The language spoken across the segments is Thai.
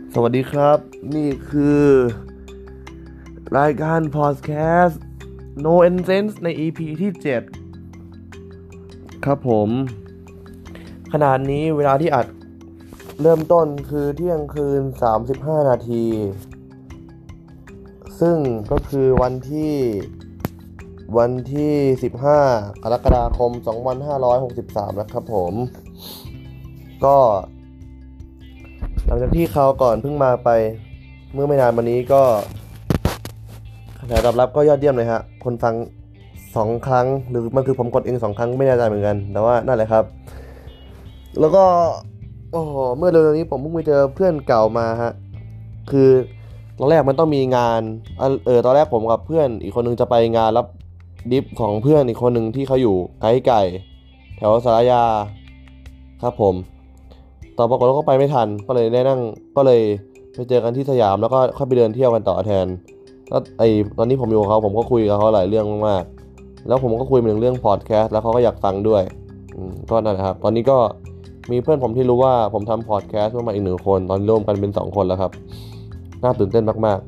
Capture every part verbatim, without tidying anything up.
สวัสดีครับนี่คือรายการพอดแคสต์ No Nonsense ใน อี พี ที่เจ็ดครับผมขณะนี้เวลาที่อัดเริ่มต้นคือเที่ยงคืนสามสิบห้านาทีซึ่งก็คือวันที่วันที่สิบห้ากรกฎาคมสองพันห้าร้อยหกสิบสามนะครับผมก็หลังจากที่คราวก่อนเพิ่งมาไปเมื่อไม่นานมานี้ก็กระแสตอบรับก็ยอดเยี่ยมเลยฮะคนฟังสองครั้งหรือมันคือผมกดเองสองครั้งไม่แน่ใจเหมือนกันแต่ว่านั่นแหละครับแล้วก็โอ้โหเมื่อเร็วๆนี้ผมเพิ่งไปเจอเพื่อนเก่ามาฮะคือตอนแรกมันต้องมีงานเออตอนแรกผมกับเพื่อนอีกคนนึงจะไปงานรับดิฟของเพื่อนอีกคนนึงที่เขาอยู่ไกลไก่แถวสารยาครับผมต่อปรากฏว่าก็ไปไม่ทันก็เลยได้นั่งก็เลยไปเจอกันที่สยามแล้วก็ค่อยไปเดินเที่ยวกันต่อแทนแล้วไอตอนนี้ผมอยู่กับเขาผมก็คุยกับเขาหลายเรื่องมากๆแล้วผมก็คุยไปถึงเรื่องพอดแคสต์แล้วเขาก็อยากฟังด้วยอืมก็นั่นแหละครับตอนนี้ก็มีเพื่อนผมที่รู้ว่าผมทำพอดแคสต์มาอีกหนึ่งคนตอนร่วมกันเป็นสองคนแล้วครับน่าตื่นเต้นมาก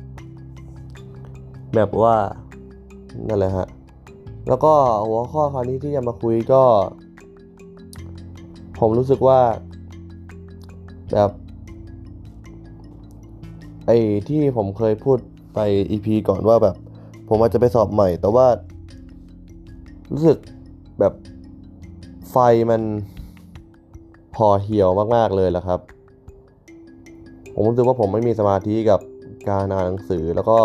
ๆแบบว่านั่นแหละฮะแล้วก็หัวข้อคราวนี้ที่จะมาคุยก็ผมรู้สึกว่าแบบไอ้ที่ผมเคยพูดไป อี พี ก่อนว่าแบบผมอาจจะไปสอบใหม่แต่ว่ารู้สึกแบบไฟมันห่อเหี่ยวมากๆเลยแหละครับผมรู้สึกว่าผมไม่มีสมาธิกับการอ่านหนังสือแล้วก็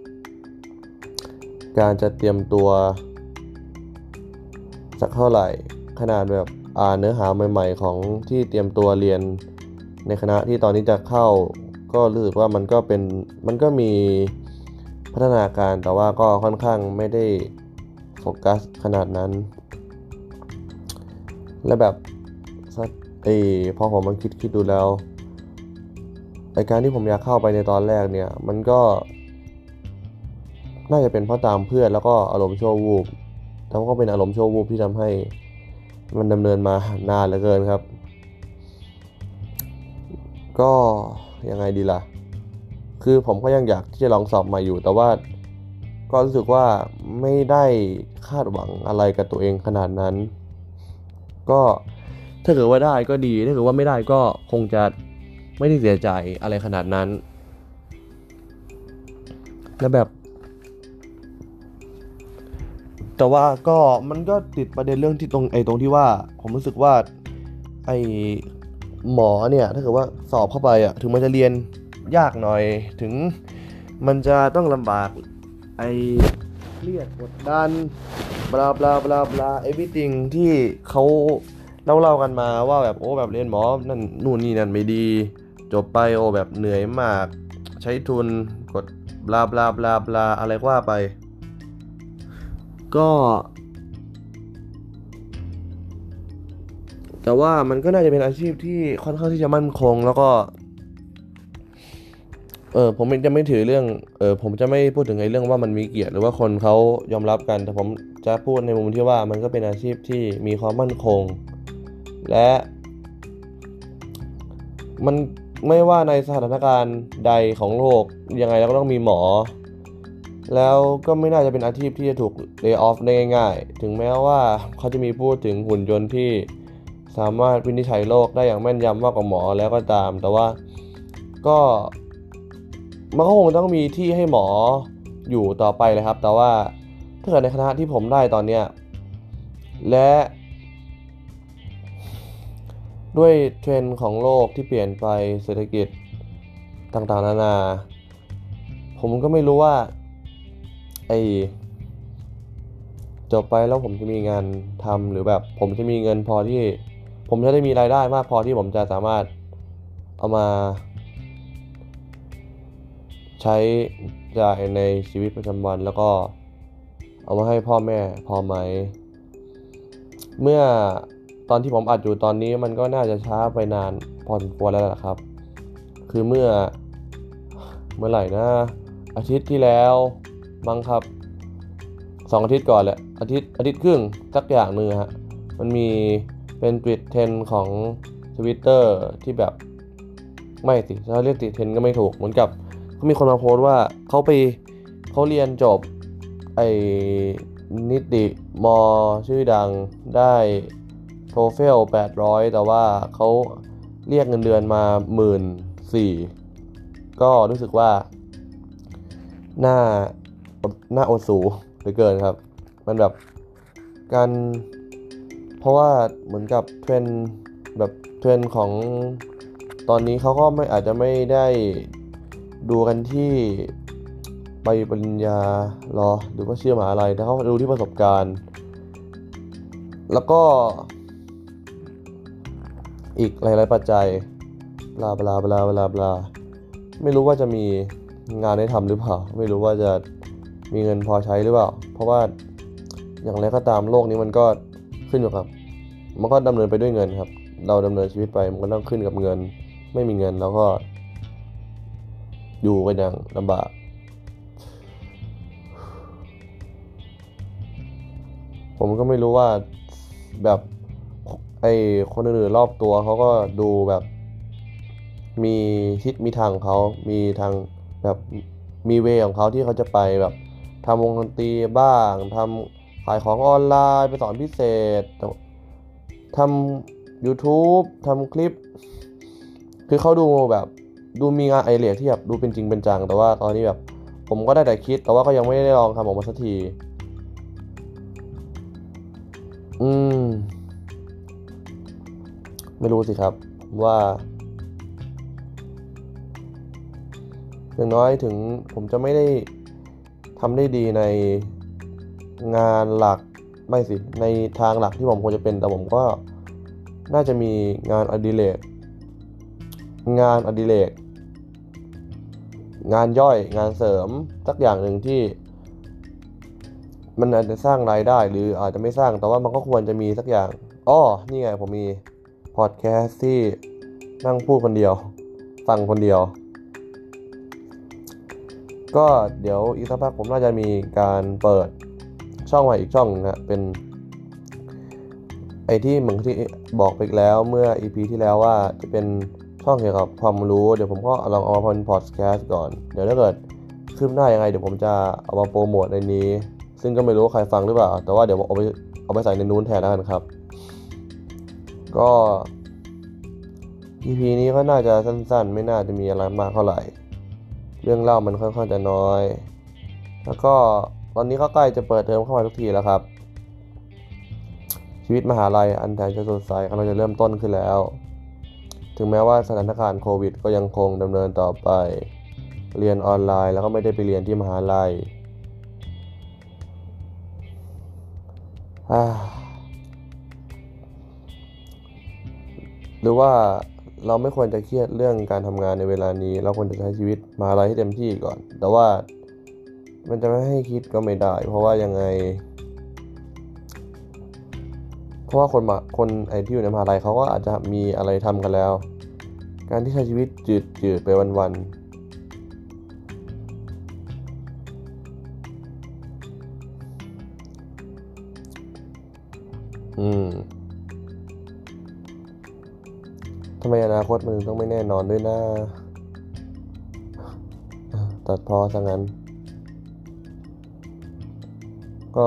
การจะเตรียมตัวสักเท่าไหร่ขนาดแบบอ่านเนื้อหาใหม่ๆของที่เตรียมตัวเรียนในคณะที่ตอนนี้จะเข้าก็รู้สึกว่ามันก็เป็นมันก็มีพัฒนาการแต่ว่าก็ค่อนข้างไม่ได้โฟกัสขนาดนั้นและแบบไอ้พอผมมันคิดคิดดูแล้วไอ้การที่ผมอยากเข้าไปในตอนแรกเนี่ยมันก็น่าจะเป็นเพราะตามเพื่อนแล้วก็อารมณ์ชั่ววูบแต่ว่าก็เป็นอารมณ์ชั่ววูบที่ทำให้มันดำเนินมานานเหลือเกินครับก็ยังไงดีล่ะคือผมก็ยังอยากที่จะลองสอบใหม่อยู่แต่ว่าก็รู้สึกว่าไม่ได้คาดหวังอะไรกับตัวเองขนาดนั้นก็ถ้าเกิดว่าได้ก็ดีถ้าเกิดว่าไม่ได้ก็คงจะไม่ได้เสียใจอะไรขนาดนั้นแล้วแบบแต่ว่าก็มันก็ติดประเด็นเรื่องที่ตรงไอ้ตรงที่ว่าผมรู้สึกว่าไอ้หมอเนี่ยถ้าเกิดว่าสอบเข้าไปอ่ะถึงมันจะเรียนยากหน่อยถึงมันจะต้องลำบากไอ้เครียดกดดันบลาบลาบลาบลา everything ที่เขาเล่าเล่ากันมาว่าแบบโอ้แบบเรียนหมอนั่นนู่นนี่นั่นไม่ดีจบไปโอ้แบบเหนื่อยมากใช้ทุนกดบลาบลาบลาบลาอะไรก็ว่าไปก็แต่ว่ามันก็น่าจะเป็นอาชีพที่ค่อนข้างที่จะมั่นคงแล้วก็เออผมจะไม่ถือเรื่องเออผมจะไม่พูดถึงไอ้เรื่องว่ามันมีเกียรติหรือว่าคนเขายอมรับกันแต่ผมจะพูดในมุมที่ว่ามันก็เป็นอาชีพที่มีความมั่นคงและมันไม่ว่าในสถานการณ์ใดของโลกยังไงเราก็ต้องมีหมอแล้วก็ไม่น่าจะเป็นอาชีพที่จะถูก lay off ได้ง่ายๆถึงแม้ว่าเขาจะมีพูดถึงหุ่นยนต์ที่สามารถวินิจฉัยโรคได้อย่างแม่นยำมากกว่าหมอแล้วก็ตามแต่ว่าก็มันก็คงต้องมีที่ให้หมออยู่ต่อไปเลยครับแต่ว่าถ้าเกิดในคณะที่ผมได้ตอนเนี้ยและด้วยเทรนด์ของโลกที่เปลี่ยนไปเศรษฐกิจต่างๆนานาผมก็ไม่รู้ว่าไอจบไปแล้วผมจะมีงานทำหรือแบบผมจะมีเงินพอที่ผมจะได้มีรายได้มากพอที่ผมจะสามารถเอามาใช้จ่ายในชีวิตประจำวันแล้วก็เอามาให้พ่อแม่พอไหมเมื่อตอนที่ผมอัดอยู่ตอนนี้มันก็น่าจะช้าไปนานพอสมควรแล้วล่ะครับคือเมื่อเมื่อไหร่นะอาทิตย์ที่แล้วมั้งครับสองอาทิตย์ก่อนแหละอาทิตย์อาทิตย์ครึ่งสักอย่างนึงฮะมันมีเป็นทวิตเทรนด์ของ Twitter ที่แบบไม่สิถ้าเรียกติดเทรนด์ก็ไม่ถูกเหมือนกับเขามีคนมาโพสต์ว่าเขาไปเขาเรียนจบไอ้นิติมอชื่อดังได้โทเฟลแปดร้อยแต่ว่าเขาเรียกเงินเดือนมาหมื่นสี่ก็รู้สึกว่าหน้าหน้าโอดสูเหลือเกินครับมันแบบการเพราะว่าเหมือนกับเทรนด์แบบเทรนด์ของตอนนี้เขาก็ไม่อาจจะไม่ได้ดูกันที่ใบปริญญาหรอหรือว่าเชื่อมหาอะไรแต่เขาดูที่ประสบการณ์แล้วก็อีกหลายๆปัจจัยบลาบลาบลาบลาบลาไม่รู้ว่าจะมีงานให้ทำหรือเปล่าไม่รู้ว่าจะมีเงินพอใช้หรือเปล่าเพราะว่าอย่างไรก็ตามโลกนี้มันก็ขึ้นอยู่กับมันก็ดำเนินไปด้วยเงินครับเราดำเนินชีวิตไปมันก็ต้องขึ้นกับเงินไม่มีเงินแล้วก็อยู่กันอย่างลำบากผมก็ไม่รู้ว่าแบบไอ้คนอื่นๆรอบตัวเขาก็ดูแบบมีทิศมีทางของเขามีทางแบบมีเวของเขาที่เขาจะไปแบบทำวงดนตรีบ้างทำขายของออนไลน์ไปสอนพิเศษทำ YouTube ทำคลิปคือเขาดูแบบดูมีงานไอเดียที่แบบดูเป็นจริงเป็นจังแต่ว่าตอนนี้แบบผมก็ได้แต่คิดแต่ว่าก็ยังไม่ได้ลองทำออกมาสักทีอืมไม่รู้สิครับว่าอย่างน้อยถึงผมจะไม่ได้ทำได้ดีในงานหลักไม่สิในทางหลักที่ผมควรจะเป็นแต่ผมก็น่าจะมีงานอดิเรกงานอดิเรกงานย่อยงานเสริมสักอย่างหนึ่งที่มันอาจจะสร้างรายได้หรืออาจจะไม่สร้างแต่ว่ามันก็ควรจะมีสักอย่างอ้อนี่ไงผมมีพอดแคสต์ที่นั่งพูดคนเดียวฟังคนเดียวก็เดี๋ยวอีกสักพักผมน่าจะมีการเปิดช่องใหม่อีกช่องนะเป็นไอที่เหมือนที่บอกไปแล้วเมื่อ อี พี ที่แล้วว่าจะเป็นช่องเกี่ยวกับความรู้เดี๋ยวผมก็ลองเอามาเป็นพอดแคสต์ก่อนเดี๋ยวถ้าเกิดคืบหน้ายังไงเดี๋ยวผมจะเอามาโปรโมทในนี้ซึ่งก็ไม่รู้ว่าใครฟังหรือเปล่าแต่ว่าเดี๋ยวเอาไปเอาไปใส่ในนู้นแทนแล้วกันครับก็ อี พี นี้ก็น่าจะสั้นๆไม่น่าจะมีอะไรมากเท่าไหร่เรื่องเล่ามันค่อนข้างจะน้อยแล้วก็ตอนนี้ก็ใกล้จะเปิดเทอมเข้ามาทุกทีแล้วครับชีวิตมหาลัยอันแสนจะสดใสกำลังจะเริ่มต้นขึ้นแล้วถึงแม้ว่าสถานการณ์โควิดก็ยังคงดำเนินต่อไปเรียนออนไลน์แล้วก็ไม่ได้ไปเรียนที่มหาลัยหรือว่าเราไม่ควรจะเครียดเรื่องการทำงานในเวลานี้เราควรจะใช้ชีวิตมหาลัยให้เต็มที่ก่อนแต่ว่ามันจะไม่ให้คิดก็ไม่ได้เพราะว่ายังไงเพราะว่าคนมาคนไอที่อยู่ในมหาลัยเขาก็อาจจะมีอะไรทำกันแล้วการที่ใช้ชีวิตจืดๆไปวันๆอืมทำไมอนาคตมันต้องไม่แน่นอนด้วยนะตัดพอซะงั้นก็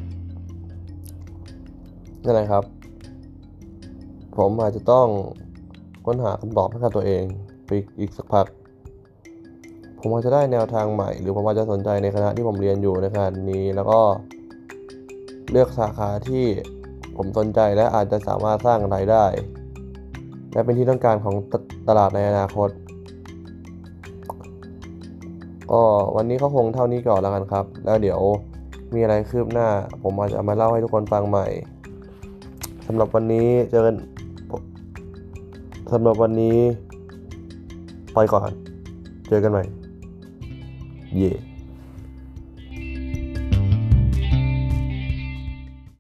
นั่นแหละครับผมอาจจะต้องค้นหาคำตอบให้กับตัวเองไปอีกสักพักผมอาจจะได้แนวทางใหม่หรือผมอาจจะสนใจในคณะที่ผมเรียนอยู่ในขณะนี้แล้วก็เลือกสาขาที่ผมสนใจและอาจจะสามารถสร้างรายได้และเป็นที่ต้องการของตตลาดในอนาคตก็วันนี้ก็คงเท่านี้ก่อนแล้วกันครับแล้วเดี๋ยวมีอะไรคืบหน้าผมอาจจะมาเล่าให้ทุกคนฟังใหม่สำหรับวันนี้เจอกันสำหรับวันนี้ไปก่อนเจอกันใหม่เย่